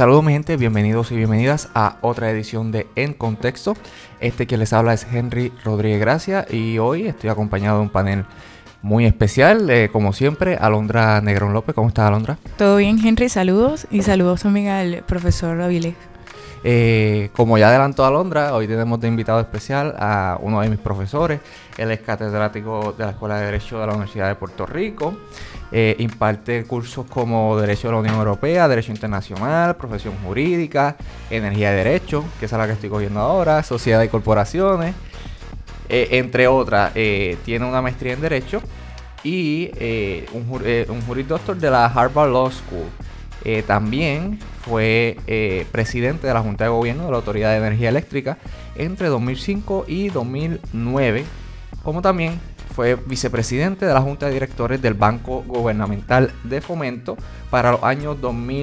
Saludos mi gente, bienvenidos y bienvenidas a otra edición de En Contexto. Que les habla es Henry Rodríguez Gracia y hoy estoy acompañado de un panel muy especial, como siempre, Alondra Negrón López. ¿Cómo estás, Alondra? Todo bien, Henry, saludos y saludos también al profesor Avilés. Como ya adelantó Alondra, hoy tenemos de invitado especial a uno de mis profesores. Él es catedrático de la Escuela de Derecho de la Universidad de Puerto Rico. Imparte cursos como Derecho de la Unión Europea, Derecho Internacional, Profesión Jurídica, Energía de Derecho, que es la que estoy cogiendo ahora, Sociedad y Corporaciones, entre otras. Tiene una maestría en Derecho y un jurisdoctor de la Harvard Law School. También fue presidente de la Junta de Gobierno de la Autoridad de Energía Eléctrica entre 2005 y 2009, como también fue vicepresidente de la Junta de Directores del Banco Gubernamental de Fomento para los años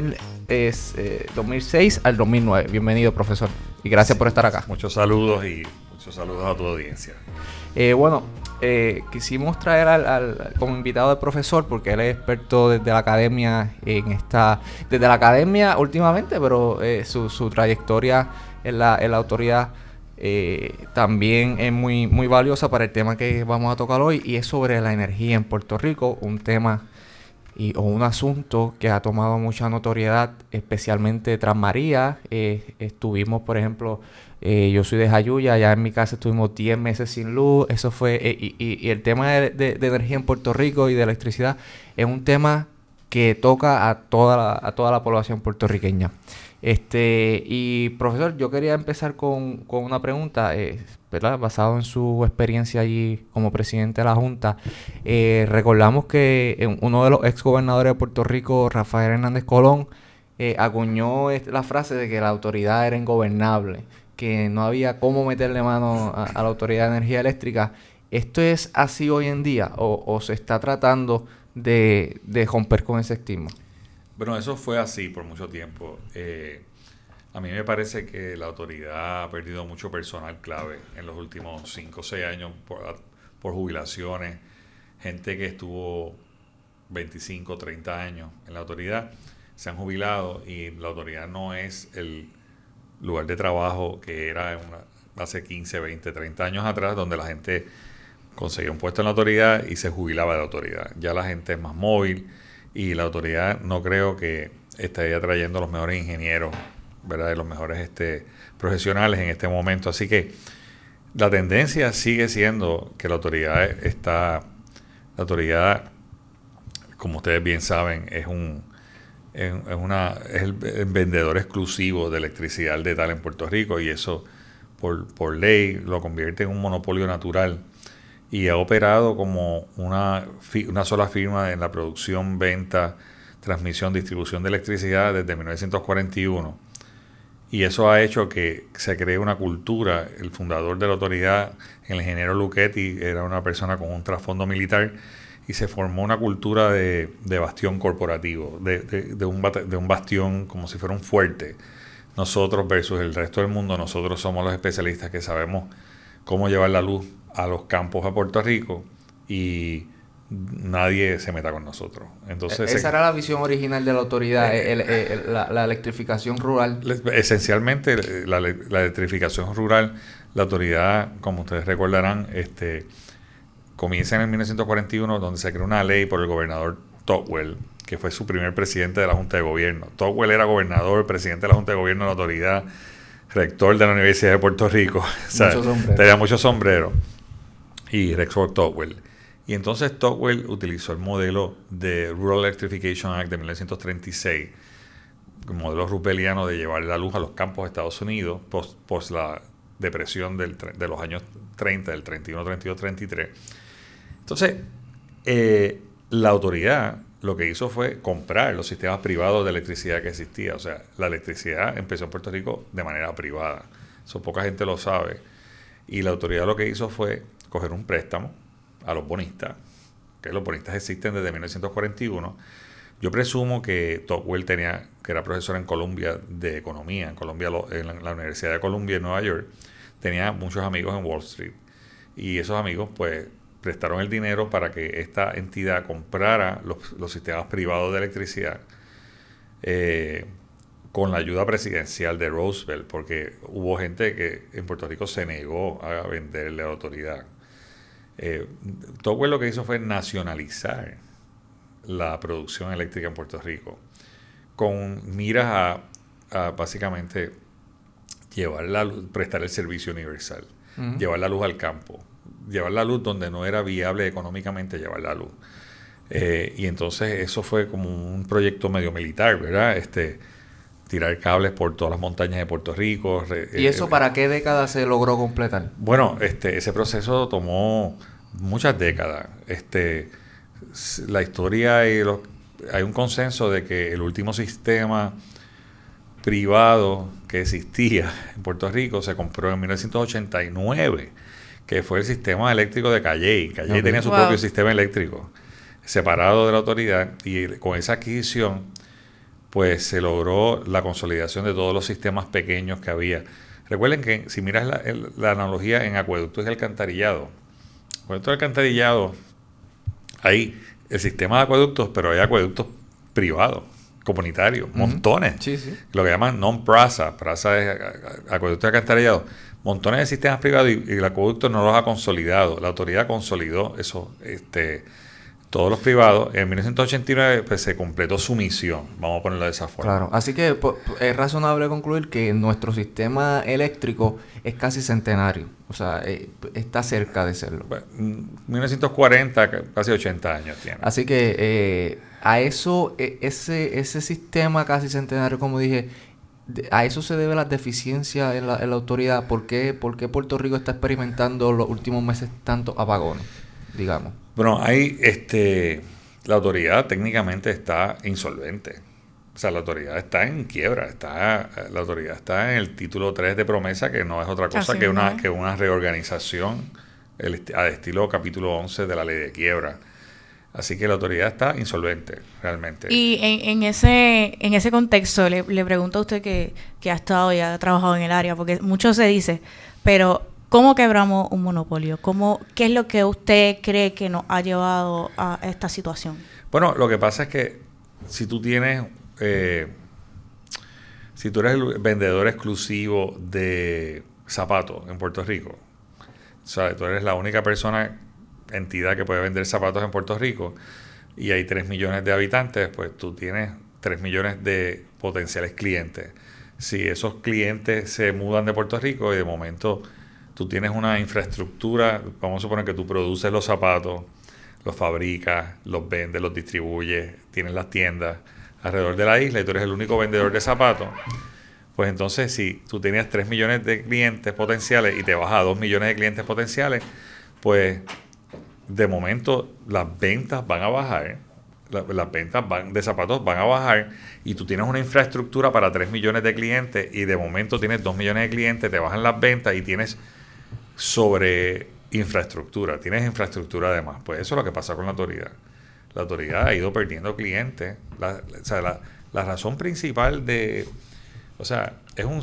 2006 al 2009. Bienvenido, profesor, y gracias por estar acá. Muchos saludos y muchos saludos a tu audiencia. Quisimos traer como invitado al profesor porque él es experto desde la academia desde la academia últimamente, pero su trayectoria en la autoridad también es muy, muy valiosa para el tema que vamos a tocar hoy, y es sobre la energía en Puerto Rico, un tema o un asunto que ha tomado mucha notoriedad, especialmente tras María. Estuvimos, por ejemplo, yo soy de Jayuya, allá en mi casa estuvimos 10 meses sin luz. Eso fue, y el tema de energía en Puerto Rico y de electricidad es un tema que toca a toda la población puertorriqueña. Y profesor, yo quería empezar con una pregunta, ¿verdad? Basado en su experiencia allí como presidente de la Junta. Recordamos que uno de los ex gobernadores de Puerto Rico, Rafael Hernández Colón, acuñó la frase de que la autoridad era ingobernable, que no había cómo meterle mano a la Autoridad de Energía Eléctrica. ¿Esto es así hoy en día o se está tratando de romper con ese estigma? Bueno, eso fue así por mucho tiempo. A mí me parece que la autoridad ha perdido mucho personal clave en los últimos 5 o 6 años por jubilaciones. Gente que estuvo 25, 30 años en la autoridad se han jubilado, y la autoridad no es el lugar de trabajo que era hace 15, 20, 30 años atrás, donde la gente conseguía un puesto en la autoridad y se jubilaba de la autoridad. Ya la gente es más móvil, y la autoridad no creo que esté atrayendo los mejores ingenieros, ¿verdad?, de los mejores profesionales en este momento. Así que la tendencia sigue siendo que la autoridad, como ustedes bien saben, es el vendedor exclusivo de electricidad al detalle en Puerto Rico, y eso por ley lo convierte en un monopolio natural, y ha operado como una sola firma en la producción, venta, transmisión, distribución de electricidad desde 1941. Y eso ha hecho que se cree una cultura. El fundador de la autoridad, el ingeniero Luchetti, era una persona con un trasfondo militar, y se formó una cultura de bastión corporativo, de un bastión como si fuera un fuerte. Nosotros versus el resto del mundo, nosotros somos los especialistas que sabemos cómo llevar la luz a los campos a Puerto Rico, y nadie se meta con nosotros. Entonces, esa era la visión original de la autoridad, la electrificación rural. Esencialmente, la electrificación rural. La autoridad, como ustedes recordarán, comienza en el 1941, donde se creó una ley por el gobernador Tocqueville, que fue su primer presidente de la Junta de Gobierno. Tocqueville era gobernador, presidente de la Junta de Gobierno de la autoridad, rector de la Universidad de Puerto Rico. O sea, tenía muchos sombreros. Y rector Tocqueville. Y entonces Tocqueville utilizó el modelo de Rural Electrification Act de 1936, el modelo rooseveltiano de llevar la luz a los campos de Estados Unidos post la depresión de los años 30, del 31, 32, 33. Entonces, la autoridad lo que hizo fue comprar los sistemas privados de electricidad que existía. O sea, la electricidad empezó en Puerto Rico de manera privada. Eso poca gente lo sabe. Y la autoridad lo que hizo fue coger un préstamo a los bonistas, que los bonistas existen desde 1941. Yo presumo que Tocqueville que era profesor en Columbia de Economía, en la Universidad de Columbia en Nueva York, tenía muchos amigos en Wall Street. Y esos amigos, pues, prestaron el dinero para que esta entidad comprara los sistemas privados de electricidad con la ayuda presidencial de Roosevelt, porque hubo gente que en Puerto Rico se negó a venderle a la autoridad. Tocqueville lo que hizo fue nacionalizar la producción eléctrica en Puerto Rico, con miras a básicamente llevar la luz, prestar el servicio universal, llevar la luz al campo, llevar la luz donde no era viable económicamente llevar la luz. Y entonces eso fue como un proyecto medio militar, ¿verdad? Tirar cables por todas las montañas de Puerto Rico. ¿Y eso para qué década se logró completar? Bueno, ese proceso tomó muchas décadas. La historia hay un consenso de que el último sistema privado que existía en Puerto Rico se compró en 1989, que fue el sistema eléctrico de Calley. Calley tenía su propio sistema eléctrico separado de la autoridad, y con esa adquisición pues se logró la consolidación de todos los sistemas pequeños que había. Recuerden que si miras la analogía en acueductos y alcantarillado, hay el sistema de acueductos, pero hay acueductos privados, comunitarios, montones. Sí, sí. Lo que llaman non-PRASA, PRASA es acueducto y alcantarillado. Montones de sistemas privados y el acueducto no los ha consolidado. La autoridad consolidó eso, todos los privados. En 1989 pues, se completó su misión, vamos a ponerlo de esa forma. Claro, así que es razonable concluir que nuestro sistema eléctrico es casi centenario, o sea, está cerca de serlo. Bueno, 1940, casi 80 años tiene. Así que a eso, ese sistema casi centenario, como dije, a eso se debe las deficiencias en la autoridad. ¿Por qué Puerto Rico está experimentando los últimos meses tantos apagones, digamos? Bueno, la autoridad técnicamente está insolvente. O sea, la autoridad está en quiebra. La autoridad está en el título 3 de promesa, que no es otra cosa que una reorganización al estilo capítulo 11 de la ley de quiebra. Así que la autoridad está insolvente, realmente. Y en ese contexto, le pregunto a usted que ha estado y ha trabajado en el área, porque mucho se dice, pero ¿cómo quebramos un monopolio? ¿Qué es lo que usted cree que nos ha llevado a esta situación? Bueno, lo que pasa es que si tú tienes, si tú eres el vendedor exclusivo de zapatos en Puerto Rico, ¿sabes? Tú eres la única entidad que puede vender zapatos en Puerto Rico y hay 3 millones de habitantes, pues tú tienes 3 millones de potenciales clientes. Si esos clientes se mudan de Puerto Rico y de momento tú tienes una infraestructura, vamos a suponer que tú produces los zapatos, los fabricas, los vendes, los distribuyes, tienes las tiendas alrededor de la isla y tú eres el único vendedor de zapatos, pues entonces si tú tenías 3 millones de clientes potenciales y te vas a 2 millones de clientes potenciales, pues de momento las ventas van a bajar, las ventas de zapatos van a bajar y tú tienes una infraestructura para 3 millones de clientes y de momento tienes 2 millones de clientes, te bajan las ventas y tienes sobre infraestructura, tienes infraestructura además. Pues eso es lo que pasa con la autoridad. La autoridad ha ido perdiendo clientes. La razón principal o sea, es un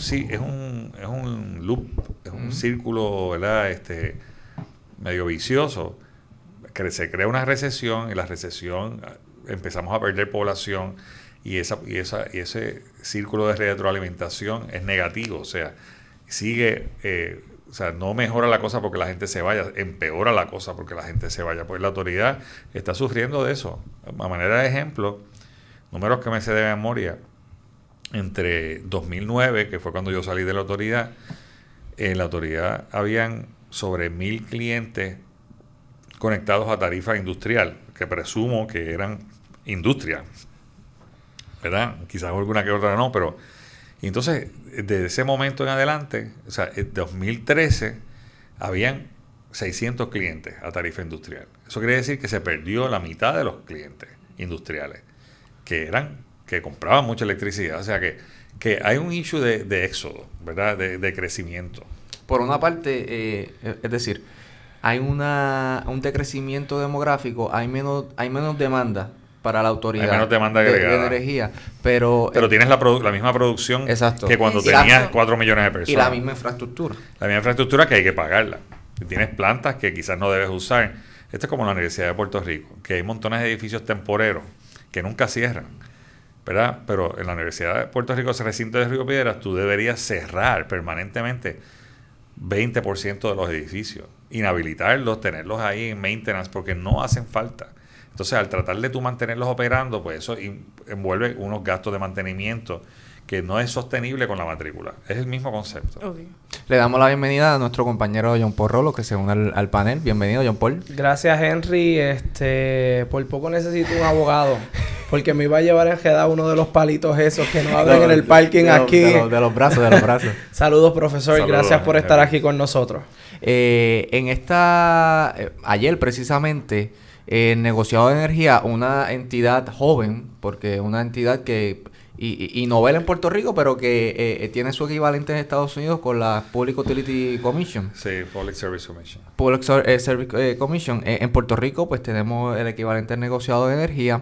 loop, es un círculo, ¿verdad? Medio vicioso. Que se crea una recesión y la recesión empezamos a perder población y ese círculo de retroalimentación es negativo, o sea, sigue, o sea, no mejora la cosa porque la gente se vaya, empeora la cosa porque la gente se vaya, pues la autoridad está sufriendo de eso. A manera de ejemplo, números que me sé de memoria, entre 2009, que fue cuando yo salí de la autoridad, en la autoridad habían sobre 1,000 clientes conectados a tarifa industrial, que presumo que eran industria, ¿verdad? Quizás alguna que otra no, pero y entonces, desde ese momento en adelante, o sea, en 2013 habían 600 clientes a tarifa industrial. Eso quiere decir que se perdió la mitad de los clientes industriales, que compraban mucha electricidad. O sea, que hay un issue de éxodo, ¿verdad? De crecimiento. Por una parte, es decir, hay un decrecimiento demográfico, hay menos demanda para la autoridad. Hay menos demanda agregada. De energía, pero tienes la misma producción que cuando tenías 4 millones de personas. Y la misma infraestructura. La misma infraestructura que hay que pagarla. Tienes plantas que quizás no debes usar. Esto es como la Universidad de Puerto Rico, que hay montones de edificios temporeros que nunca cierran. ¿verdad? Pero en la Universidad de Puerto Rico, ese recinto de Río Piedras, tú deberías cerrar permanentemente 20% de los edificios, inhabilitarlos, tenerlos ahí en maintenance porque no hacen falta. Entonces, al tratar de tú mantenerlos operando, pues eso envuelve unos gastos de mantenimiento que no es sostenible con la matrícula. Es el mismo concepto. Okay. Le damos la bienvenida a nuestro compañero John Paul Rolo, que se une al panel. Bienvenido, John Paul. Gracias, Henry. Por poco necesito un abogado, porque me iba a llevar enredado uno de los palitos esos que no abren en el parking aquí. De los brazos. Saludos, profesor. Saludos, gracias por estar aquí con nosotros. Ayer precisamente, el negociado de energía, una entidad joven, porque una entidad que y novela en Puerto Rico, pero que tiene su equivalente en Estados Unidos con la Public Utility Commission. Sí, Public Service Commission. Service Commission. En Puerto Rico, pues tenemos el equivalente al negociado de energía.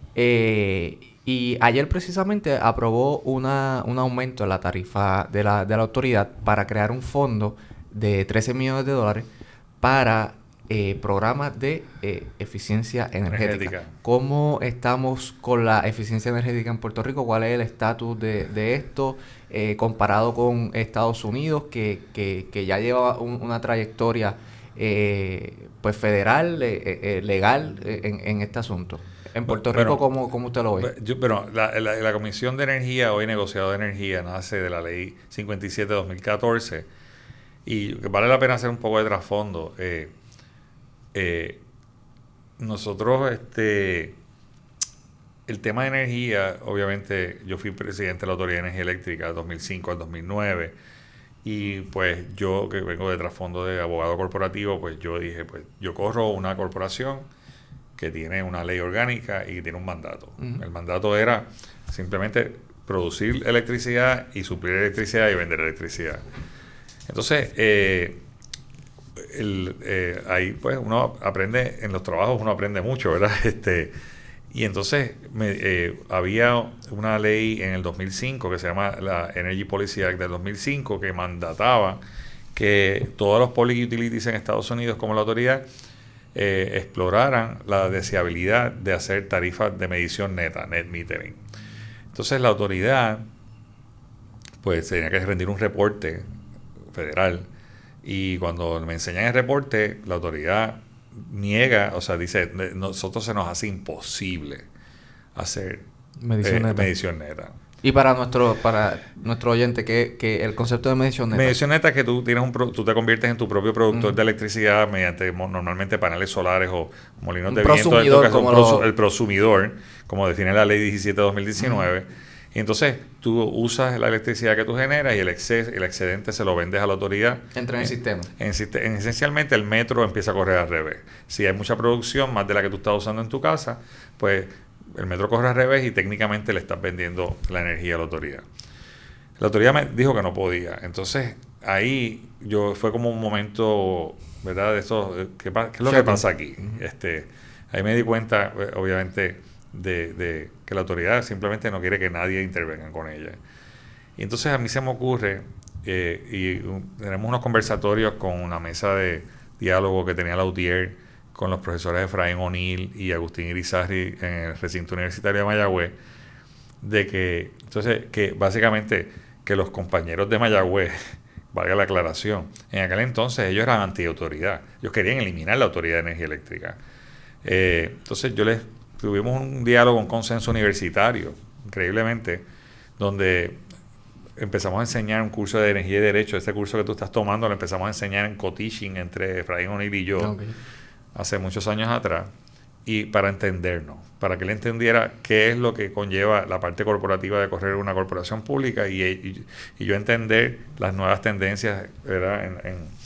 Y ayer precisamente aprobó un aumento en la tarifa de la autoridad para crear un fondo de $13 millones para programas de eficiencia energética. ¿Cómo estamos con la eficiencia energética en Puerto Rico? ¿Cuál es el estatus de esto comparado con Estados Unidos, que ya lleva una trayectoria pues federal, legal en este asunto? En Puerto Rico, ¿cómo usted lo ve? La Comisión de Energía, hoy negociado de energía, nace de la Ley 57 de 2014 y vale la pena hacer un poco de trasfondo. Nosotros, el tema de energía, obviamente, yo fui presidente de la Autoridad de Energía Eléctrica de 2005 al 2009 y pues yo, que vengo de trasfondo de abogado corporativo, pues yo dije, pues yo corro una corporación que tiene una ley orgánica y que tiene un mandato. Uh-huh. El mandato era simplemente producir electricidad y suplir electricidad y vender electricidad. Entonces, ahí pues uno aprende, en los trabajos uno aprende mucho, ¿verdad? Y entonces había una ley en el 2005 que se llama la Energy Policy Act del 2005 que mandataba que todos los public utilities en Estados Unidos como la autoridad exploraran la deseabilidad de hacer tarifas de medición neta, net metering. Entonces la autoridad pues tenía que rendir un reporte federal y cuando me enseñan el reporte la autoridad niega, o sea, dice, nosotros se nos hace imposible hacer medición neta. Y para nuestro oyente, que el concepto de medición neta. Medición neta es que tú te conviertes en tu propio productor de electricidad mediante normalmente paneles solares o molinos de viento. En tu caso, el prosumidor, como define la ley 17 de 2019. Y entonces tú usas la electricidad que tú generas y el excedente se lo vendes a la autoridad. Entra en el sistema. Esencialmente el metro empieza a correr al revés. Si hay mucha producción, más de la que tú estás usando en tu casa, pues el metro corre al revés y técnicamente le estás vendiendo la energía a la autoridad. La autoridad me dijo que no podía. Entonces, ahí fue como un momento, ¿verdad? De eso, ¿qué es lo que pasa aquí? Ahí me di cuenta, obviamente, de que la autoridad simplemente no quiere que nadie intervenga con ella. Y entonces a mí se me ocurre, tenemos unos conversatorios con una mesa de diálogo que tenía la UTIER, con los profesores Efraín O'Neill y Agustín Irizarry en el recinto universitario de Mayagüez, de que básicamente que los compañeros de Mayagüez, valga la aclaración, en aquel entonces ellos eran antiautoridad, ellos querían eliminar la Autoridad de Energía Eléctrica. Entonces tuvimos un diálogo, un consenso universitario, increíblemente, donde empezamos a enseñar un curso de energía y derecho. Este curso que tú estás tomando lo empezamos a enseñar en co-teaching entre Efraín O'Neill y yo. Okay. Hace muchos años atrás, y para entendernos, para que él entendiera qué es lo que conlleva la parte corporativa de correr una corporación pública y yo entender las nuevas tendencias, ¿verdad?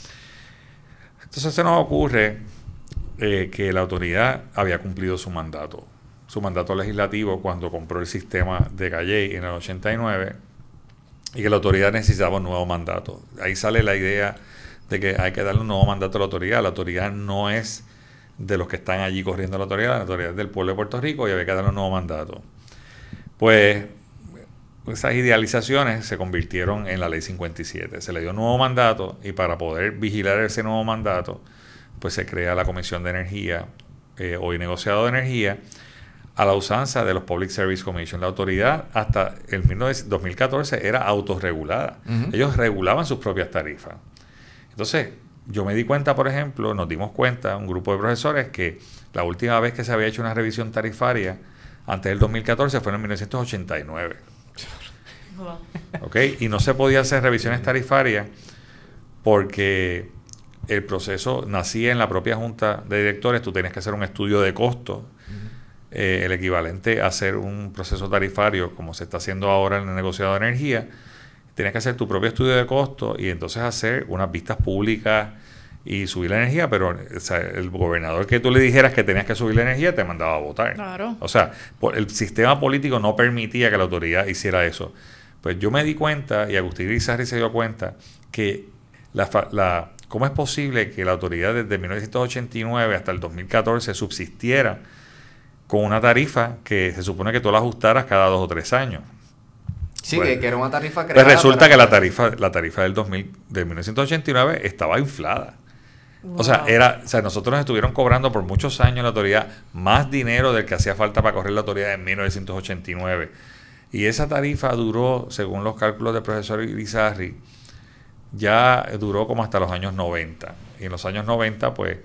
Entonces se nos ocurre que la autoridad había cumplido su mandato legislativo cuando compró el sistema de Calley en el 89 y que la autoridad necesitaba un nuevo mandato. Ahí sale la idea de que hay que darle un nuevo mandato a la autoridad. La autoridad no es de los que están allí corriendo la autoridad es del pueblo de Puerto Rico y había que darle un nuevo mandato. Pues esas idealizaciones se convirtieron en la ley 57. Se le dio un nuevo mandato y para poder vigilar ese nuevo mandato, pues se crea la Comisión de Energía, hoy negociado de energía, a la usanza de los Public Service Commission. La autoridad hasta el 2014 era autorregulada. Ellos regulaban sus propias tarifas. Entonces, yo me di cuenta, por ejemplo, nos dimos cuenta, un grupo de profesores, que la última vez que se había hecho una revisión tarifaria antes del 2014 fue en 1989. ¿Ok? Y no se podía hacer revisiones tarifarias porque el proceso nacía en la propia junta de directores. Tú tenías que hacer un estudio de costo, el equivalente a hacer un proceso tarifario como se está haciendo ahora en el negociado de energía. Tienes que hacer tu propio estudio de costo y entonces hacer unas vistas públicas y subir la energía, pero o sea, el gobernador que tú le dijeras que tenías que subir la energía te mandaba a votar. Claro. O sea, el sistema político no permitía que la autoridad hiciera eso. Pues yo me di cuenta, y Agustín Irizarry se dio cuenta, que ¿cómo es posible que la autoridad desde 1989 hasta el 2014 subsistiera con una tarifa que se supone que tú la ajustaras cada 2 o 3 años? Sí, Pues, que era una tarifa creada. Pues resulta que la tarifa del 1989 estaba inflada. Wow. O sea, nosotros nos estuvieron cobrando por muchos años la autoridad más dinero del que hacía falta para correr la autoridad en 1989. Y esa tarifa duró, según los cálculos del profesor Irizarry, ya duró como hasta los años 90. Y en los años 90, pues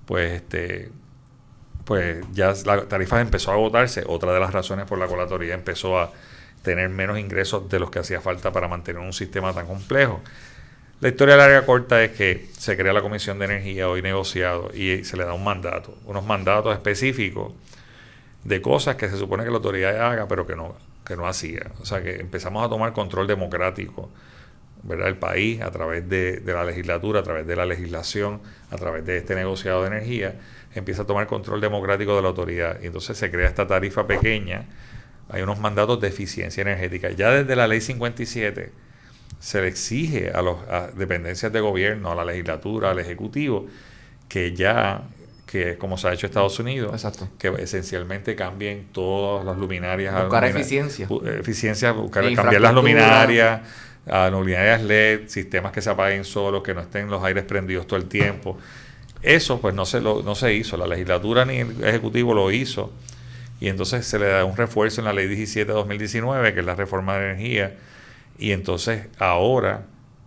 ya la tarifa empezó a agotarse. Otra de las razones por la cual la autoridad empezó a tener menos ingresos de los que hacía falta para mantener un sistema tan complejo. La historia larga corta es que se crea la Comisión de Energía, hoy negociado, y se le da unos mandatos específicos de cosas que se supone que la autoridad haga, pero que no hacía. O sea, que empezamos a tomar control democrático, ¿verdad? El país, a través de la legislatura, a través de la legislación, a través de este negociado de energía, empieza a tomar control democrático de la autoridad. Y entonces se crea esta tarifa pequeña. Hay unos mandatos de eficiencia energética. Ya desde la Ley 57 se le exige a las dependencias de gobierno, a la legislatura, al Ejecutivo, que como se ha hecho en Estados Unidos, Exacto. que esencialmente cambien todas las luminarias. Buscar eficiencia. Cambiar las luminarias a luminarias LED, sistemas que se apaguen solos, que no estén los aires prendidos todo el tiempo. Eso pues no se hizo. La legislatura ni el Ejecutivo lo hizo. Y entonces se le da un refuerzo en la Ley 17 de 2019, que es la reforma de energía, y entonces ahora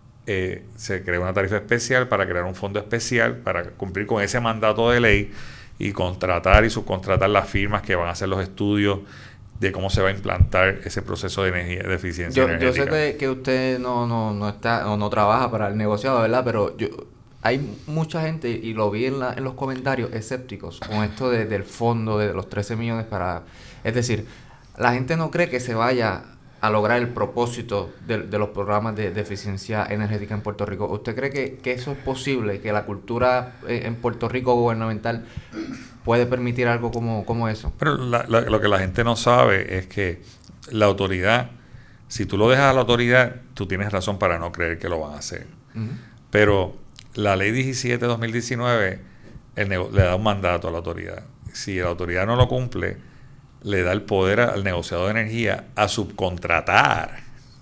se crea una tarifa especial para crear un fondo especial para cumplir con ese mandato de ley y contratar y subcontratar las firmas que van a hacer los estudios de cómo se va a implantar ese proceso de energía, de eficiencia energética. Yo sé que usted no está o no trabaja para el negociado, ¿verdad? Pero hay mucha gente, y lo vi en los comentarios, escépticos con esto del fondo de los 13 millones para... Es decir, la gente no cree que se vaya a lograr el propósito de los programas de eficiencia energética en Puerto Rico. ¿Usted cree que eso es posible, que la cultura en Puerto Rico gubernamental puede permitir algo como eso? Pero lo que la gente no sabe es que la autoridad, si tú lo dejas a la autoridad, tú tienes razón para no creer que lo van a hacer. Pero la Ley 17 de 2019 le da un mandato a la autoridad. Si la autoridad no lo cumple, le da el poder al negociado de energía a subcontratar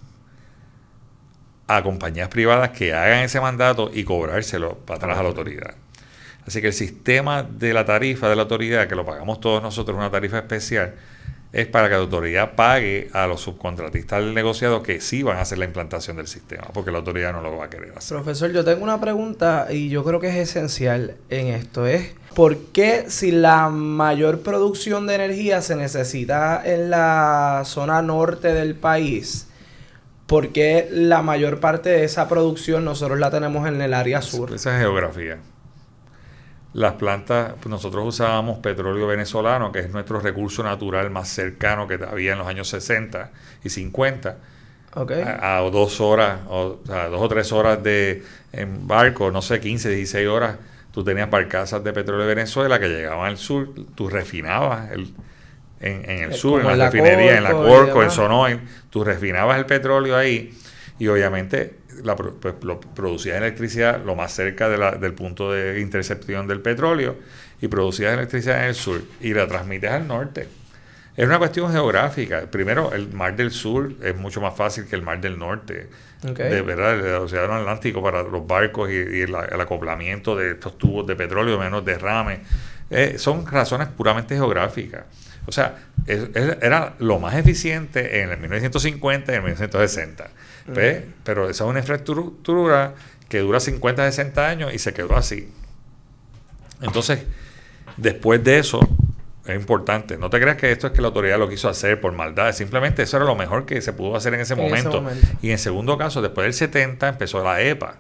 a compañías privadas que hagan ese mandato y cobrárselo para atrás a la autoridad. Así que el sistema de la tarifa de la autoridad, que lo pagamos todos nosotros, una tarifa especial, es para que la autoridad pague a los subcontratistas del negociado que sí van a hacer la implantación del sistema, porque la autoridad no lo va a querer hacer. Profesor, yo tengo una pregunta y yo creo que es esencial en esto. Es ¿por qué si la mayor producción de energía se necesita en la zona norte del país, por qué la mayor parte de esa producción nosotros la tenemos en el área sur? Esa es geografía. Las plantas, pues nosotros usábamos petróleo venezolano, que es nuestro recurso natural más cercano que había en los años 60 y 50. Okay. A 2 horas, o sea, 2 o 3 horas en barco, no sé, 15, 16 horas, tú tenías barcazas de petróleo de Venezuela que llegaban al sur, tú refinabas en el sur, en la refinería, en la Corco, en Sonoy, tú refinabas el petróleo ahí y obviamente producías electricidad lo más cerca del punto de intercepción del petróleo y producías electricidad en el sur y la transmites al norte. Es una cuestión geográfica. Primero, el Mar del Sur es mucho más fácil que el Mar del Norte. Okay. De verdad, el Océano Atlántico para los barcos y el acoplamiento de estos tubos de petróleo, menos derrame. Son razones puramente geográficas. O sea, era lo más eficiente en el 1950 y en el 1960. ¿Ves? Pero esa es una infraestructura que dura 50, 60 años y se quedó así. Entonces, después de eso, es importante. No te creas que esto es que la autoridad lo quiso hacer por maldad. Simplemente eso era lo mejor que se pudo hacer en ese momento. Y en segundo caso, después del 70 empezó la EPA.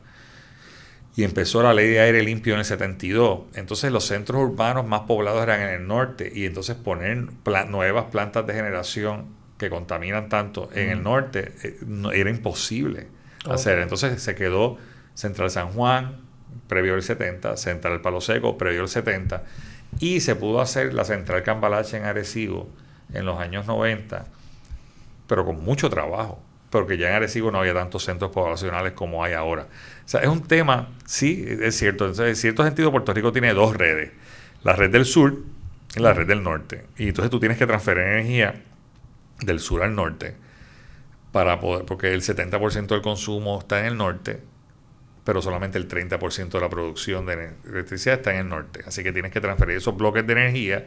Y empezó la Ley de Aire Limpio en el 72. Entonces los centros urbanos más poblados eran en el norte. Y entonces poner nuevas plantas de generación que contaminan tanto en el norte era imposible hacer. Entonces se quedó Central San Juan, previo al 70, Central Palo Seco, previo al 70. Y se pudo hacer la Central Cambalache en Arecibo en los años 90, pero con mucho trabajo, porque ya en Arecibo no había tantos centros poblacionales como hay ahora. O sea, es un tema, sí, es cierto. Entonces, en cierto sentido, Puerto Rico tiene dos redes: la red del sur y la red del norte. Y entonces tú tienes que transferir energía del sur al norte para poder, porque el 70% del consumo está en el norte, pero solamente el 30% de la producción de electricidad está en el norte. Así que tienes que transferir esos bloques de energía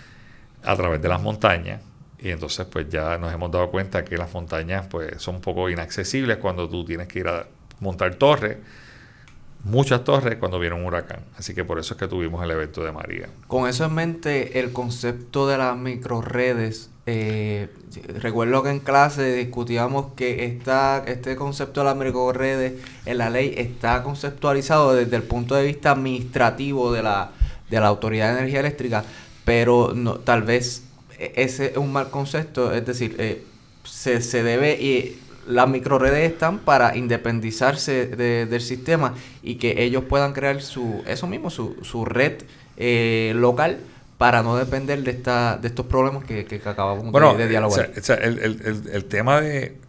a través de las montañas. Y entonces pues ya nos hemos dado cuenta que las montañas pues son un poco inaccesibles cuando tú tienes que ir a montar torres, muchas torres, cuando viene un huracán. Así que por eso es que tuvimos el evento de María. Con eso en mente, el concepto de las microredes, recuerdo que en clase discutíamos que este concepto de las microredes en la ley está conceptualizado desde el punto de vista administrativo de la Autoridad de Energía Eléctrica, pero no, tal vez ese es un mal concepto. Es decir, se debe... las microredes están para independizarse del sistema y que ellos puedan crear su red local para no depender de estos problemas que acabamos de dialogar. El tema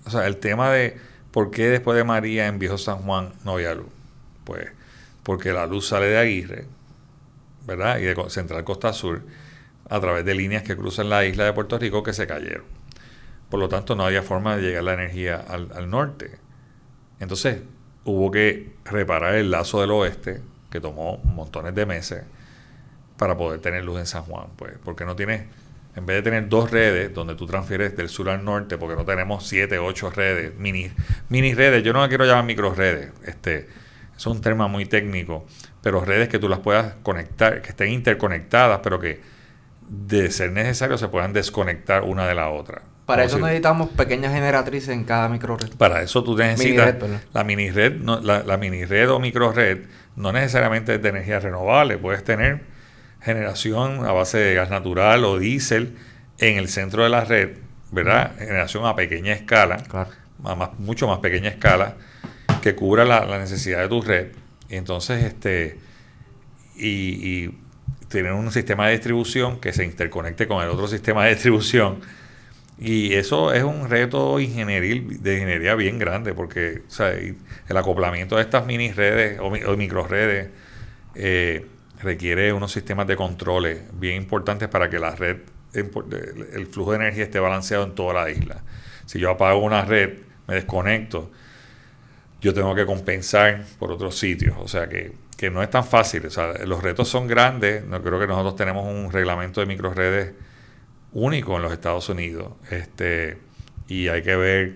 de por qué después de María en Viejo San Juan no había luz. Pues porque la luz sale de Aguirre, ¿verdad? Y de Central Costa Sur, a través de líneas que cruzan la isla de Puerto Rico que se cayeron. Por lo tanto, no había forma de llegar la energía al norte. Entonces, hubo que reparar el lazo del oeste, que tomó montones de meses, para poder tener luz en San Juan. Pues, porque no tienes, en vez de tener dos redes, donde tú transfieres del sur al norte, porque no tenemos 7, 8 redes, mini redes, yo no las quiero llamar microredes, es un tema muy técnico, pero redes que tú las puedas conectar, que estén interconectadas, pero que de ser necesario se puedan desconectar una de la otra. Para eso necesitamos pequeñas generatrices en cada microred. Para eso tú necesitas la mini red, la mini red o microred no necesariamente es de energía renovable. Puedes tener generación a base de gas natural o diésel en el centro de la red, ¿verdad? Generación a pequeña escala, claro, mucho más pequeña escala, que cubra la necesidad de tu red. Y entonces, y tener un sistema de distribución que se interconecte con el otro sistema de distribución. Y eso es un reto de ingeniería bien grande, porque o sea, el acoplamiento de estas mini redes o micro redes requiere unos sistemas de controles bien importantes para que la red, el flujo de energía esté balanceado en toda la isla. Si yo apago una red, me desconecto, yo tengo que compensar por otros sitios. O sea que no es tan fácil. O sea, los retos son grandes. No creo que nosotros tenemos un reglamento de microredes único en los Estados Unidos, y hay que ver,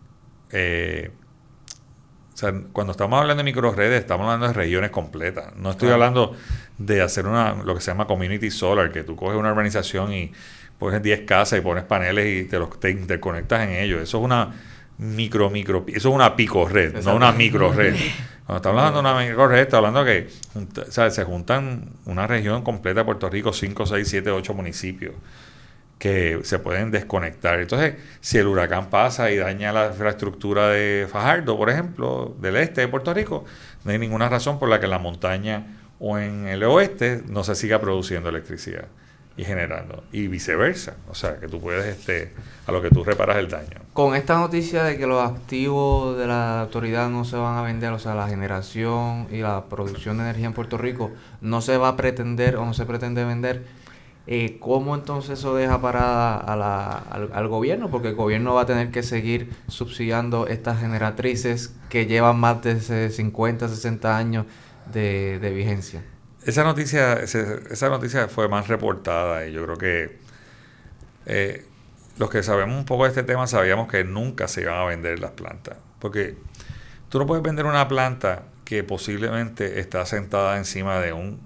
o sea, cuando estamos hablando de microredes estamos hablando de regiones completas. No estoy hablando de hacer lo que se llama community solar, que tú coges una urbanización y pones 10 casas y pones paneles y te interconectas en ellos. Eso es una eso es una picored, no una microred. Cuando estamos hablando de una microred, está hablando que se juntan una región completa de Puerto Rico, 5, 6, 7, 8 municipios que se pueden desconectar. Entonces, si el huracán pasa y daña la infraestructura de Fajardo, por ejemplo, del este de Puerto Rico, no hay ninguna razón por la que en la montaña o en el oeste no se siga produciendo electricidad y generando, y viceversa. O sea, que tú puedes, a lo que tú reparas el daño. Con esta noticia de que los activos de la autoridad no se van a vender, o sea, la generación y la producción de energía en Puerto Rico no se va a pretender o no se pretende vender, ¿cómo entonces eso deja parada al gobierno? Porque el gobierno va a tener que seguir subsidiando estas generatrices que llevan más de 50, 60 años de vigencia. Esa noticia fue más reportada y yo creo que los que sabemos un poco de este tema sabíamos que nunca se iban a vender las plantas. Porque tú no puedes vender una planta que posiblemente está sentada encima de un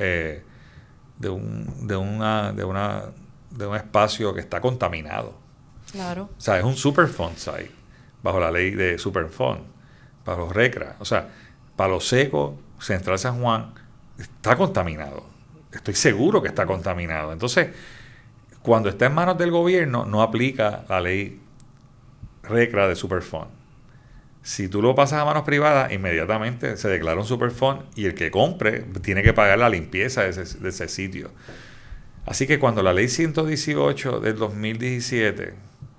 espacio que está contaminado. Claro. O sea, es un Superfund site, bajo la ley de Superfund, bajo RECRA. O sea, Palo Seco, Central San Juan, está contaminado. Estoy seguro que está contaminado. Entonces, cuando está en manos del gobierno, no aplica la ley RECRA de Superfund. Si tú lo pasas a manos privadas, inmediatamente se declara un Superfund y el que compre tiene que pagar la limpieza de ese sitio. Así que cuando la ley 118 del 2018,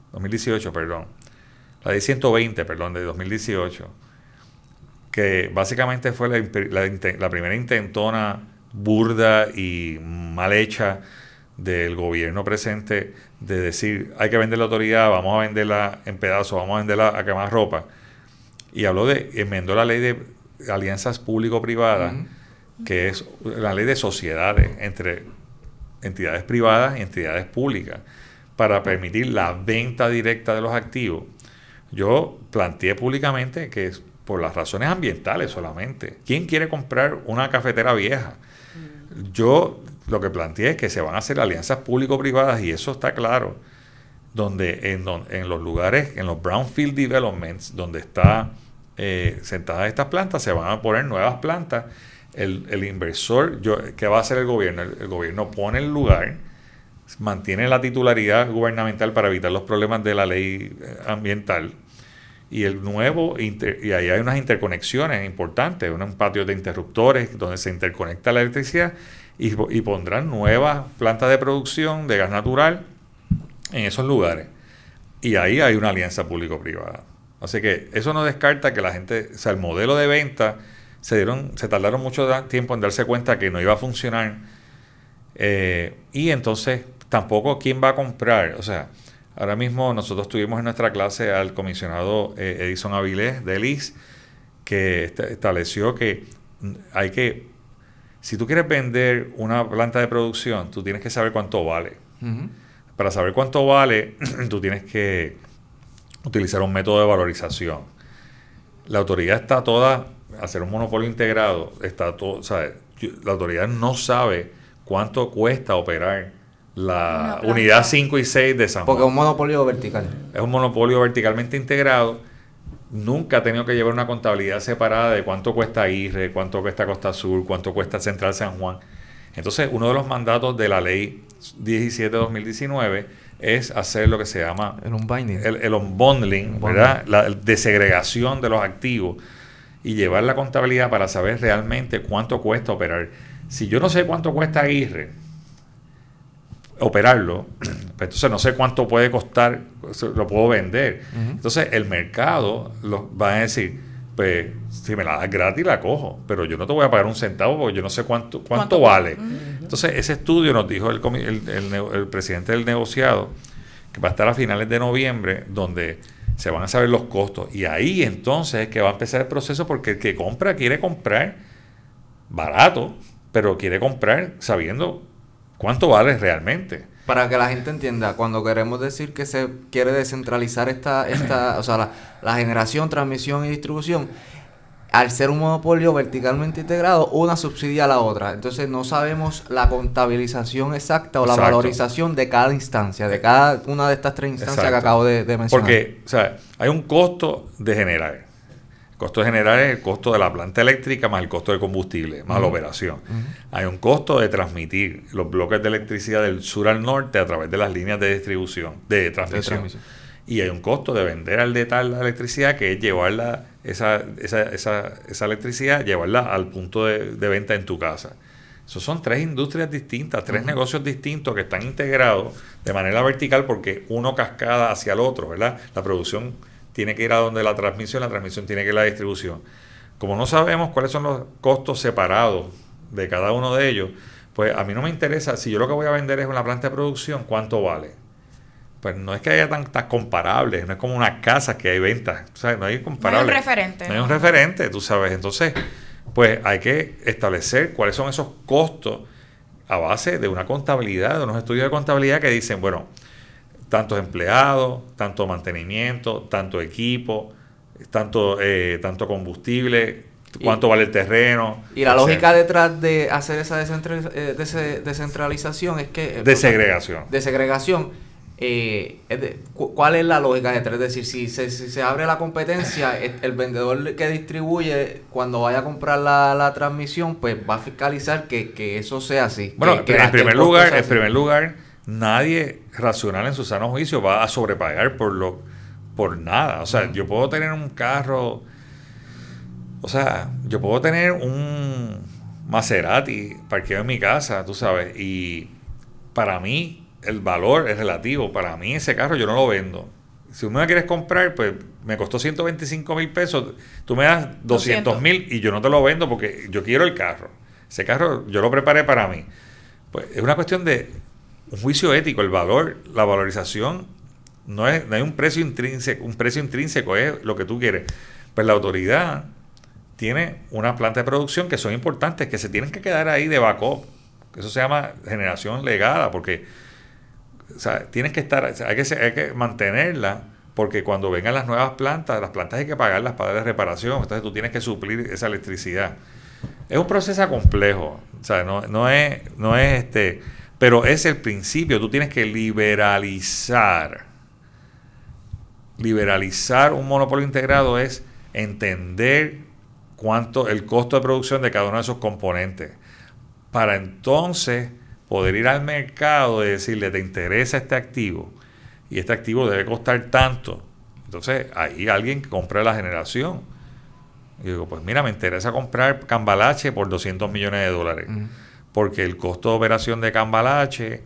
la ley 120, de 2018, que básicamente fue la primera intentona burda y mal hecha del gobierno presente de decir, hay que vender la autoridad, vamos a venderla en pedazos, vamos a venderla a quemar ropa. Y enmendó la ley de alianzas público-privadas, que es la ley de sociedades entre entidades privadas y entidades públicas, para permitir la venta directa de los activos. Yo planteé públicamente que es por las razones ambientales solamente. ¿Quién quiere comprar una cafetera vieja? Yo lo que planteé es que se van a hacer alianzas público-privadas, y eso está claro, donde en los lugares, en los brownfield developments, donde está sentadas estas plantas, se van a poner nuevas plantas. El inversor, ¿qué va a hacer el gobierno? El gobierno pone el lugar, mantiene la titularidad gubernamental para evitar los problemas de la ley ambiental, y y ahí hay unas interconexiones importantes, unos patios de interruptores donde se interconecta la electricidad, y pondrán nuevas plantas de producción de gas natural en esos lugares. Y ahí hay una alianza público-privada. Así que eso no descarta que la gente, o sea, el modelo de venta, se tardaron mucho tiempo en darse cuenta que no iba a funcionar. Y entonces, tampoco quién va a comprar. O sea, ahora mismo nosotros tuvimos en nuestra clase al comisionado Edison Avilés de LIS, que estableció que si tú quieres vender una planta de producción, tú tienes que saber cuánto vale. Uh-huh. Para saber cuánto vale, tú tienes que utilizar un método de valorización. La autoridad está toda, hacer un monopolio integrado, está todo, ¿sabes? La autoridad no sabe cuánto cuesta operar la unidad 5 y 6 de San Juan. Porque es un monopolio vertical. Es un monopolio verticalmente integrado. Nunca ha tenido que llevar una contabilidad separada de cuánto cuesta IRRE, cuánto cuesta Costa Sur, cuánto cuesta Central San Juan. Entonces, uno de los mandatos de la ley 17-2019 es hacer lo que se llama el unbundling, ¿verdad? La desegregación de los activos y llevar la contabilidad para saber realmente cuánto cuesta operar. Si yo no sé cuánto cuesta IRRE operarlo, pues entonces no sé cuánto puede costar, lo puedo vender. Uh-huh. Entonces el mercado va a decir, pues si me la das gratis la cojo, pero yo no te voy a pagar un centavo porque yo no sé cuánto vale. Uh-huh. Entonces ese estudio nos dijo el presidente del negociado, que va a estar a finales de noviembre, donde se van a saber los costos, y ahí entonces es que va a empezar el proceso, porque el que compra quiere comprar barato, pero quiere comprar sabiendo cuánto vale realmente. Para que la gente entienda, cuando queremos decir que se quiere descentralizar o sea, la generación, transmisión y distribución, al ser un monopolio verticalmente integrado, una subsidia a la otra. Entonces no sabemos la contabilización exacta o la valorización de cada instancia, de cada una de estas tres instancias que acabo de mencionar. Porque, o sea, hay un costo de generar. El costo de generar es el costo de la planta eléctrica más el costo de combustible, más la operación. Hay un costo de transmitir los bloques de electricidad del sur al norte a través de las líneas de distribución, de transmisión. Y hay un costo de vender al detalle la electricidad, que es llevarla, esa electricidad, llevarla al punto de venta en tu casa. Esos son tres industrias distintas, tres negocios distintos que están integrados de manera vertical, porque uno cascada hacia el otro, ¿verdad? La producción tiene que ir a donde la transmisión tiene que ir a la distribución. Como no sabemos cuáles son los costos separados de cada uno de ellos, pues a mí no me interesa, si yo lo que voy a vender es una planta de producción, ¿cuánto vale? Pues no es que haya tantas comparables, no es como una casa que hay ventas, ¿sabes? No hay comparables. No hay un referente. No hay un referente, tú sabes. Entonces, pues hay que establecer cuáles son esos costos a base de una contabilidad, de unos estudios de contabilidad que dicen, bueno, tantos empleados, tanto mantenimiento, tanto equipo, tanto combustible, cuánto vale el terreno. Y la lógica detrás de hacer esa descentralización es que... de segregación. De segregación. ¿Cuál es la lógica detrás? Es decir, si se abre la competencia, el vendedor que distribuye, cuando vaya a comprar la transmisión, pues va a fiscalizar que eso sea así. Bueno, en primer lugar, nadie racional en su sano juicio va a sobrepagar por nada. O sea, yo puedo tener un carro... O sea, yo puedo tener un Maserati parqueado en mi casa, tú sabes, y para mí el valor es relativo. Para mí ese carro yo no lo vendo. Si tú me lo quieres comprar, pues me costó 125 mil pesos, tú me das 200 mil y yo no te lo vendo porque yo quiero el carro. Ese carro yo lo preparé para mí. Pues es una cuestión de un juicio ético. El valor, la valorización, no hay un precio intrínseco, es lo que tú quieres. Pues la autoridad tiene una planta de producción que son importantes, que se tienen que quedar ahí de backup. Eso se llama generación legada, porque o sea, tienes que estar, hay que mantenerla, porque cuando vengan las nuevas plantas, las plantas hay que pagarlas para darle reparación, entonces tú tienes que suplir esa electricidad. Es un proceso complejo, o sea, no es pero es el principio. Tú tienes que liberalizar un monopolio integrado, es entender cuánto el costo de producción de cada uno de esos componentes, para entonces poder ir al mercado y decirle, te interesa este activo y este activo debe costar tanto. Entonces ahí alguien que compra la generación y digo, pues mira, me interesa comprar Cambalache por $200 millones, porque el costo de operación de Cambalache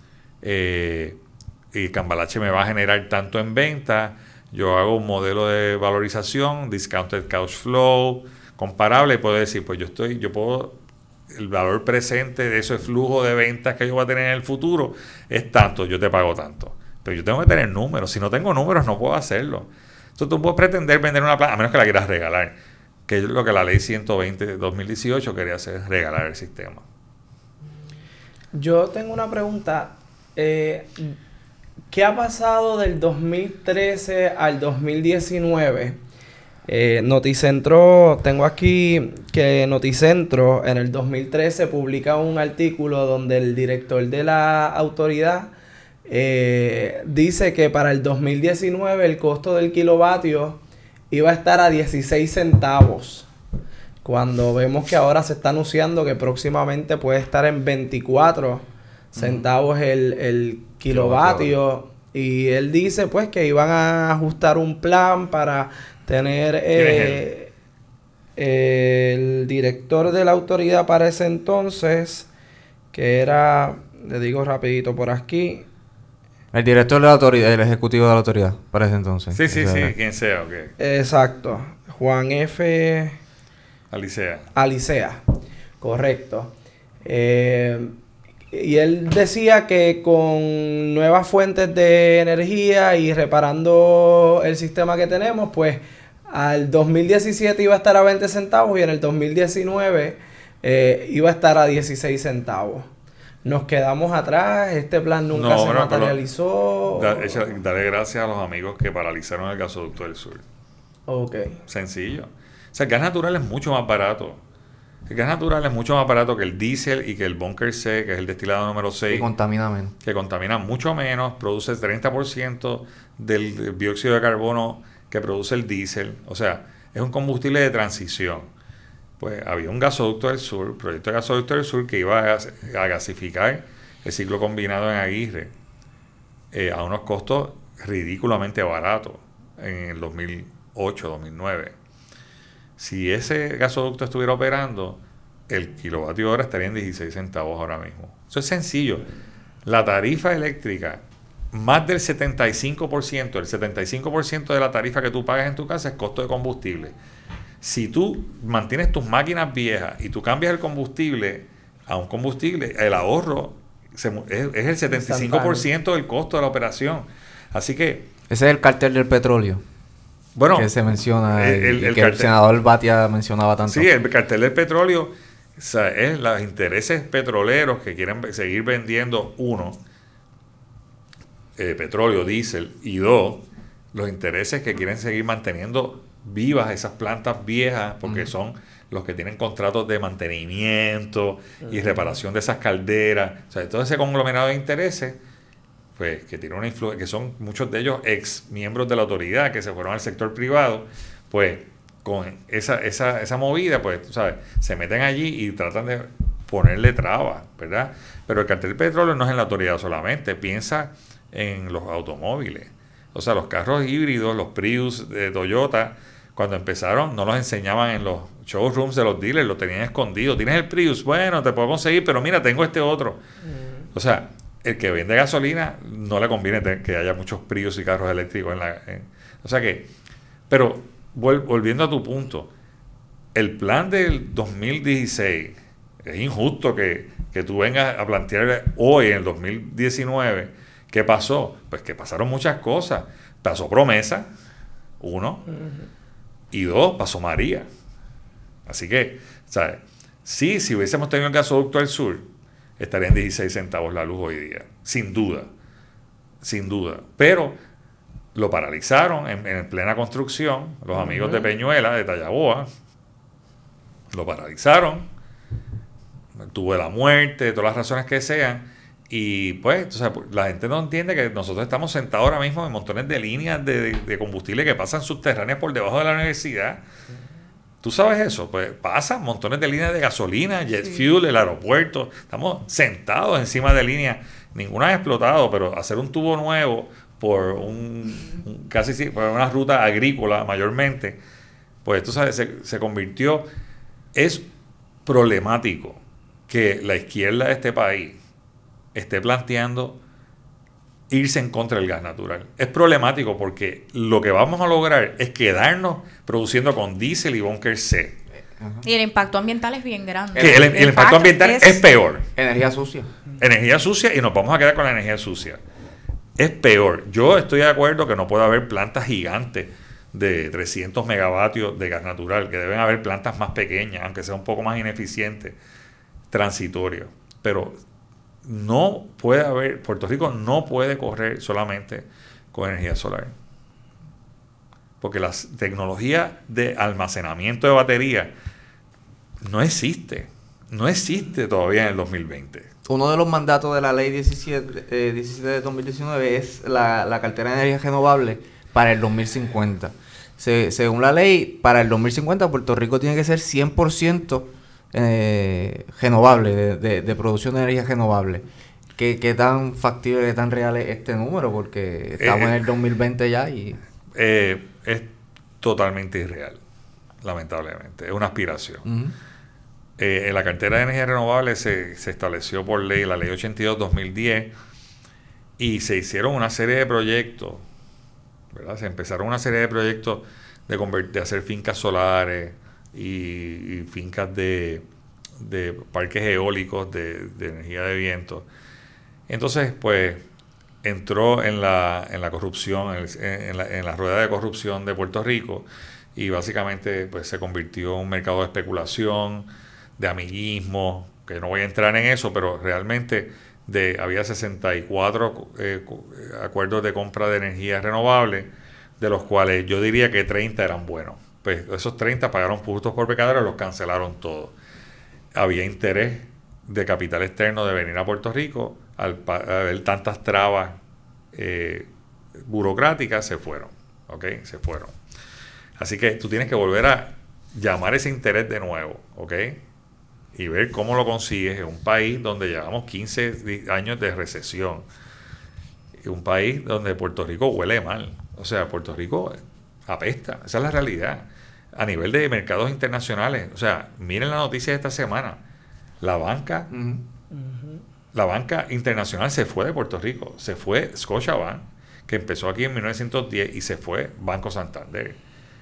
y Cambalache me va a generar tanto en venta. Yo hago un modelo de valorización, discounted cash flow, comparable, y puedo decir, pues el valor presente de ese flujo de ventas que yo voy a tener en el futuro es tanto, yo te pago tanto. Pero yo tengo que tener números. Si no tengo números, no puedo hacerlo. Entonces tú puedes pretender vender una planta, a menos que la quieras regalar, que es lo que la ley 120 de 2018 quería hacer, regalar el sistema. Yo tengo una pregunta. ¿Qué ha pasado del 2013 al 2019? Noticentro, tengo aquí que Noticentro en el 2013 publica un artículo donde el director de la autoridad dice que para el 2019 el costo del kilovatio iba a estar a 16 centavos. Cuando vemos que ahora se está anunciando que próximamente puede estar en 24 centavos el kilovatio. Y él dice pues que iban a ajustar un plan para tener el director de la autoridad para ese entonces, que era, le digo rapidito por aquí. El director de la autoridad, el ejecutivo de la autoridad para ese entonces. Sí, quien sea, ok. Exacto. Juan F. Alicea. Correcto. Y él decía que con nuevas fuentes de energía y reparando el sistema que tenemos, pues al 2017 iba a estar a 20 centavos y en el 2019 iba a estar a 16 centavos. Nos quedamos atrás, este plan nunca se materializó. Dale gracias a los amigos que paralizaron el gasoducto del sur. Ok. Sencillo. O sea, el gas natural es mucho más barato. El gas natural es mucho más barato que el diésel y que el bunker C, que es el destilado número 6. Que contamina menos. Que contamina mucho menos, produce el 30% del dióxido de carbono que produce el diésel. O sea, es un combustible de transición. Pues había un gasoducto del sur, proyecto de gasoducto del sur, que iba a gasificar el ciclo combinado en Aguirre a unos costos ridículamente baratos en el 2008, 2009. Si ese gasoducto estuviera operando, el kilovatio hora estaría en 16 centavos ahora mismo. Eso es sencillo. La tarifa eléctrica, más del 75%, el 75% de la tarifa que tú pagas en tu casa es costo de combustible. Si tú mantienes tus máquinas viejas y tú cambias el combustible a un combustible, el ahorro es el 75% del costo de la operación. Así que... Ese es el cartel del petróleo. Bueno, que se menciona, el senador Batia mencionaba tanto. Sí, el cartel del petróleo, o sea, es los intereses petroleros que quieren seguir vendiendo petróleo, diésel, y dos, los intereses que quieren seguir manteniendo vivas esas plantas viejas, porque son los que tienen contratos de mantenimiento y reparación de esas calderas. O sea, todo ese conglomerado de intereses, pues, que tiene una influencia, que son muchos de ellos ex miembros de la autoridad que se fueron al sector privado, pues con esa movida, pues, tú sabes, se meten allí y tratan de ponerle trabas, ¿verdad? Pero el cartel del petróleo no es en la autoridad solamente, piensa en los automóviles. O sea, los carros híbridos, los Prius de Toyota, cuando empezaron no los enseñaban en los showrooms de los dealers, lo tenían escondido. ¿Tienes el Prius? Bueno, te puedo conseguir, pero mira, tengo este otro. O sea, el que vende gasolina no le conviene que haya muchos Prius y carros eléctricos o sea que, pero volviendo a tu punto, el plan del 2016, es injusto que tú vengas a plantear hoy, en el 2019, ¿qué pasó? Pues que pasaron muchas cosas. Pasó Promesa, uno, y dos, pasó María. Así que, ¿sabes? Sí, si hubiésemos tenido el gasoducto al sur, estaría en 16 centavos la luz hoy día, sin duda, sin duda. Pero lo paralizaron en plena construcción, los amigos de Peñuela, de Tallaboa, lo paralizaron, tuvo la muerte, todas las razones que sean, y pues, o sea, la gente no entiende que nosotros estamos sentados ahora mismo en montones de líneas de combustible que pasan subterráneas por debajo de la universidad. ¿Tú sabes eso? Pues pasan montones de líneas de gasolina, jet fuel, el aeropuerto. Estamos sentados encima de líneas. Ninguna ha explotado, pero hacer un tubo nuevo por por una ruta agrícola mayormente, pues tú sabes, se convirtió. Es problemático que la izquierda de este país esté planteando irse en contra del gas natural. Es problemático porque lo que vamos a lograr es quedarnos produciendo con diésel y búnker C. Y el impacto ambiental es bien grande. Que el impacto ambiental es peor. Energía sucia. Energía sucia, y nos vamos a quedar con la energía sucia. Es peor. Yo estoy de acuerdo que no puede haber plantas gigantes de 300 megavatios de gas natural, que deben haber plantas más pequeñas, aunque sea un poco más ineficiente, transitorio. Pero no puede haber, Puerto Rico no puede correr solamente con energía solar, porque la tecnología de almacenamiento de batería no existe todavía en el 2020. Uno de los mandatos de la ley 17 de 2019 es la cartera de energía renovable para el 2050. Según la ley, para el 2050 Puerto Rico tiene que ser 100% renovable, de producción de energía renovable. ¿Qué tan factible, qué tan real es este número? Porque estamos en el 2020 ya y... es totalmente irreal, lamentablemente. Es una aspiración. En la cartera de energía renovable se estableció por ley, la ley 82-2010, y se hicieron una serie de proyectos, ¿verdad? Se empezaron una serie de proyectos de hacer fincas solares y fincas de parques eólicos de energía de viento. Entonces, pues, entró en la corrupción, en la rueda de corrupción de Puerto Rico, y básicamente pues se convirtió en un mercado de especulación, de amiguismo, que no voy a entrar en eso, pero realmente había 64 acuerdos de compra de energía renovable, de los cuales yo diría que 30 eran buenos. Pues esos 30 pagaron justos por pecadores, los cancelaron todos. Había interés de capital externo de venir a Puerto Rico, al ver tantas trabas burocráticas, se fueron. ¿Ok? Se fueron. Así que tú tienes que volver a llamar ese interés de nuevo, ¿ok? Y ver cómo lo consigues en un país donde llevamos 15 años de recesión. Un país donde Puerto Rico huele mal. O sea, Puerto Rico apesta. Esa es la realidad. A nivel de mercados internacionales. O sea, miren la noticia de esta semana. La banca internacional se fue de Puerto Rico. Se fue Scotiabank, que empezó aquí en 1910, y se fue Banco Santander.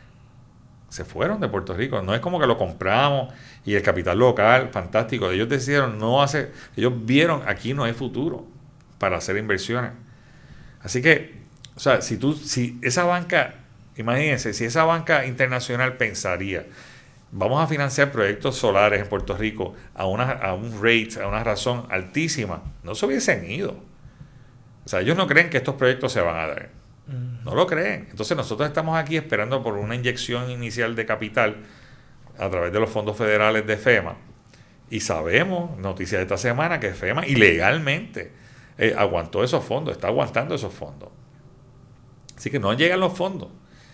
Se fueron de Puerto Rico. No es como que lo compramos y el capital local, fantástico. Ellos decidieron no hacer, ellos vieron aquí no hay futuro para hacer inversiones. Así que, o sea, si esa banca, imagínense, si esa banca internacional pensaría, vamos a financiar proyectos solares en Puerto Rico a un rate, a una razón altísima, no se hubiesen ido. O sea, ellos no creen que estos proyectos se van a dar. No lo creen. Entonces nosotros estamos aquí esperando por una inyección inicial de capital a través de los fondos federales de FEMA. Y sabemos, noticia de esta semana, que FEMA ilegalmente aguantó esos fondos, está aguantando esos fondos. Así que no llegan los fondos.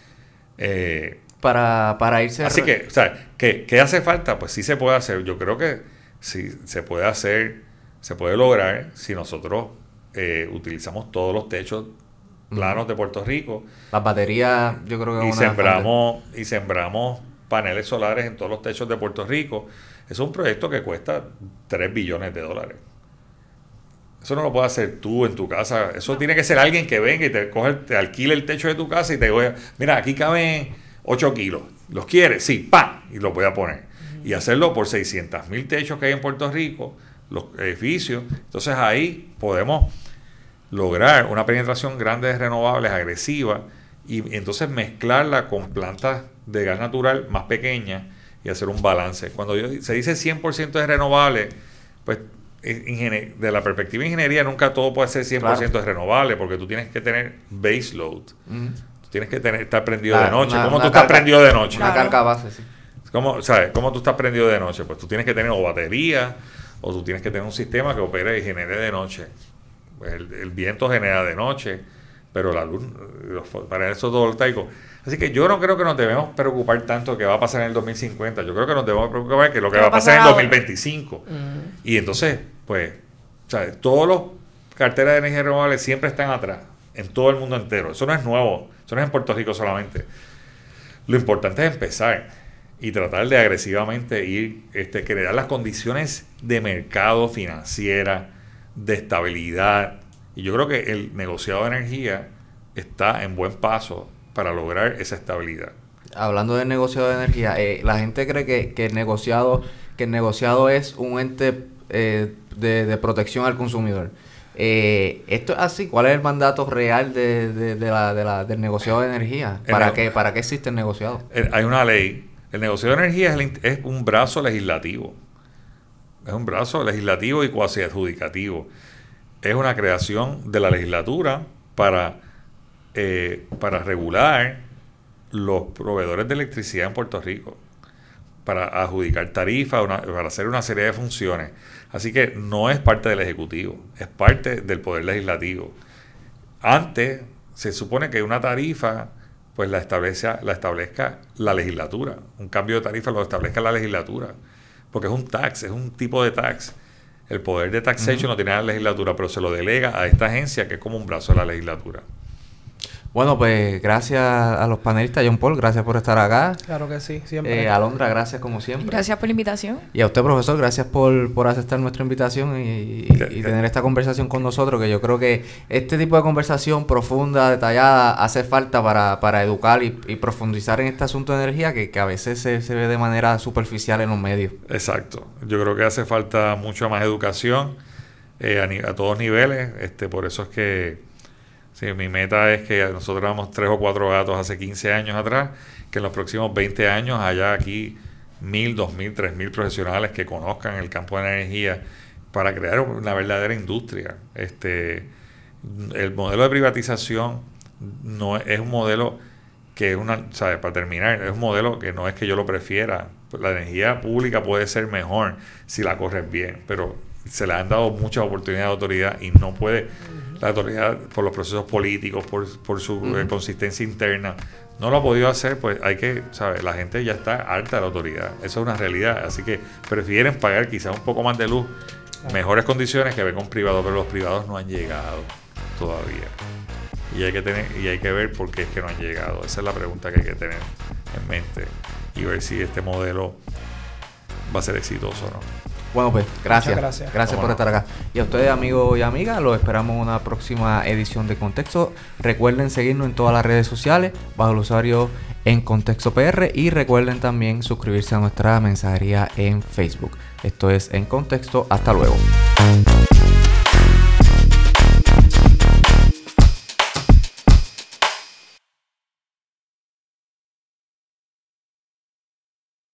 Para irse... Así que, o sea, ¿qué hace falta? Pues sí se puede hacer. Yo creo que sí se puede hacer, se puede lograr si nosotros utilizamos todos los techos planos de Puerto Rico. Las baterías, yo creo que y sembramos paneles solares en todos los techos de Puerto Rico. Es un proyecto que cuesta $3 billones. Eso no lo puedes hacer tú en tu casa. Eso tiene que ser alguien que venga y te alquile el techo de tu casa y te diga, mira, aquí caben 8 kilos. ¿Los quieres? Sí, ¡pam! Y los voy a poner. Y hacerlo por 600,000 techos que hay en Puerto Rico, los edificios. Entonces ahí podemos lograr una penetración grande de renovables agresiva y entonces mezclarla con plantas de gas natural más pequeñas y hacer un balance. Cuando se dice 100% de renovables, pues de la perspectiva de ingeniería nunca todo puede ser 100% de renovable, porque tú tienes que tener base load. Tú tienes que estar prendido de noche. ¿Cómo tú estás prendido de noche? Una carga base, sí. ¿Cómo tú estás prendido de noche? Pues tú tienes que tener o batería o tú tienes que tener un sistema que opere y genere de noche. Pues el viento genera de noche, pero la luz, los paneles fotovoltaicos. Así que yo no creo que nos debemos preocupar tanto que va a pasar en el 2050. Yo creo que nos debemos preocupar que lo que va a pasar en el 2025. Y entonces, pues, ¿sabes? Todos los carteras de energía renovable siempre están atrás, en todo el mundo entero. Eso no es nuevo, eso no es en Puerto Rico solamente. Lo importante es empezar y tratar de agresivamente crear las condiciones de mercado financiera, de estabilidad. Y yo creo que el negociado de energía está en buen paso para lograr esa estabilidad. Hablando del negociado de energía, la gente cree que el negociado es un ente de protección al consumidor. ¿Esto es así? ¿Cuál es el mandato real del negociado de energía? ¿Para qué existe el negociado? Hay una ley. El negociado de energía es un brazo legislativo. Es un brazo legislativo y cuasi adjudicativo. Es una creación de la legislatura para regular los proveedores de electricidad en Puerto Rico, para adjudicar tarifas, para hacer una serie de funciones. Así que no es parte del Ejecutivo, es parte del Poder Legislativo. Antes se supone que una tarifa pues la establezca la legislatura. Un cambio de tarifa lo establezca la legislatura, porque es un tax, es un tipo de tax. El poder de taxation lo tiene la legislatura, pero se lo delega a esta agencia que es como un brazo de la legislatura. Bueno, pues gracias a los panelistas. John Paul, gracias por estar acá. Claro que sí, siempre. Alondra, gracias como siempre. Gracias por la invitación. Y a usted, profesor, gracias por aceptar nuestra invitación y tener esta conversación con nosotros, que yo creo que este tipo de conversación profunda, detallada, hace falta para educar y profundizar en este asunto de energía que a veces se ve de manera superficial en los medios. Exacto. Yo creo que hace falta mucha más educación a todos niveles. Por eso es que sí, mi meta es que nosotros éramos 3 o 4 gatos hace 15 años atrás, que en los próximos 20 años haya aquí 1,000, 2,000, 3,000 profesionales que conozcan el campo de la energía para crear una verdadera industria. El modelo de privatización no es un modelo que para terminar, es un modelo que no es que yo lo prefiera. La energía pública puede ser mejor si la corres bien, pero se le han dado muchas oportunidades de autoridad y no puede. La autoridad, por los procesos políticos, por su consistencia interna, no lo ha podido hacer. Pues hay que, ¿sabes? La gente ya está harta de la autoridad. Eso es una realidad. Así que prefieren pagar quizás un poco más de luz, mejores condiciones que ver con privados, pero los privados no han llegado todavía. Y hay que ver por qué es que no han llegado. Esa es la pregunta que hay que tener en mente y ver si este modelo va a ser exitoso o no. Bueno, pues gracias. Gracias por estar acá. Y a ustedes, amigos y amigas, los esperamos en una próxima edición de Contexto. Recuerden seguirnos en todas las redes sociales bajo el usuario En Contexto PR y recuerden también suscribirse a nuestra mensajería en Facebook. Esto es En Contexto. Hasta luego.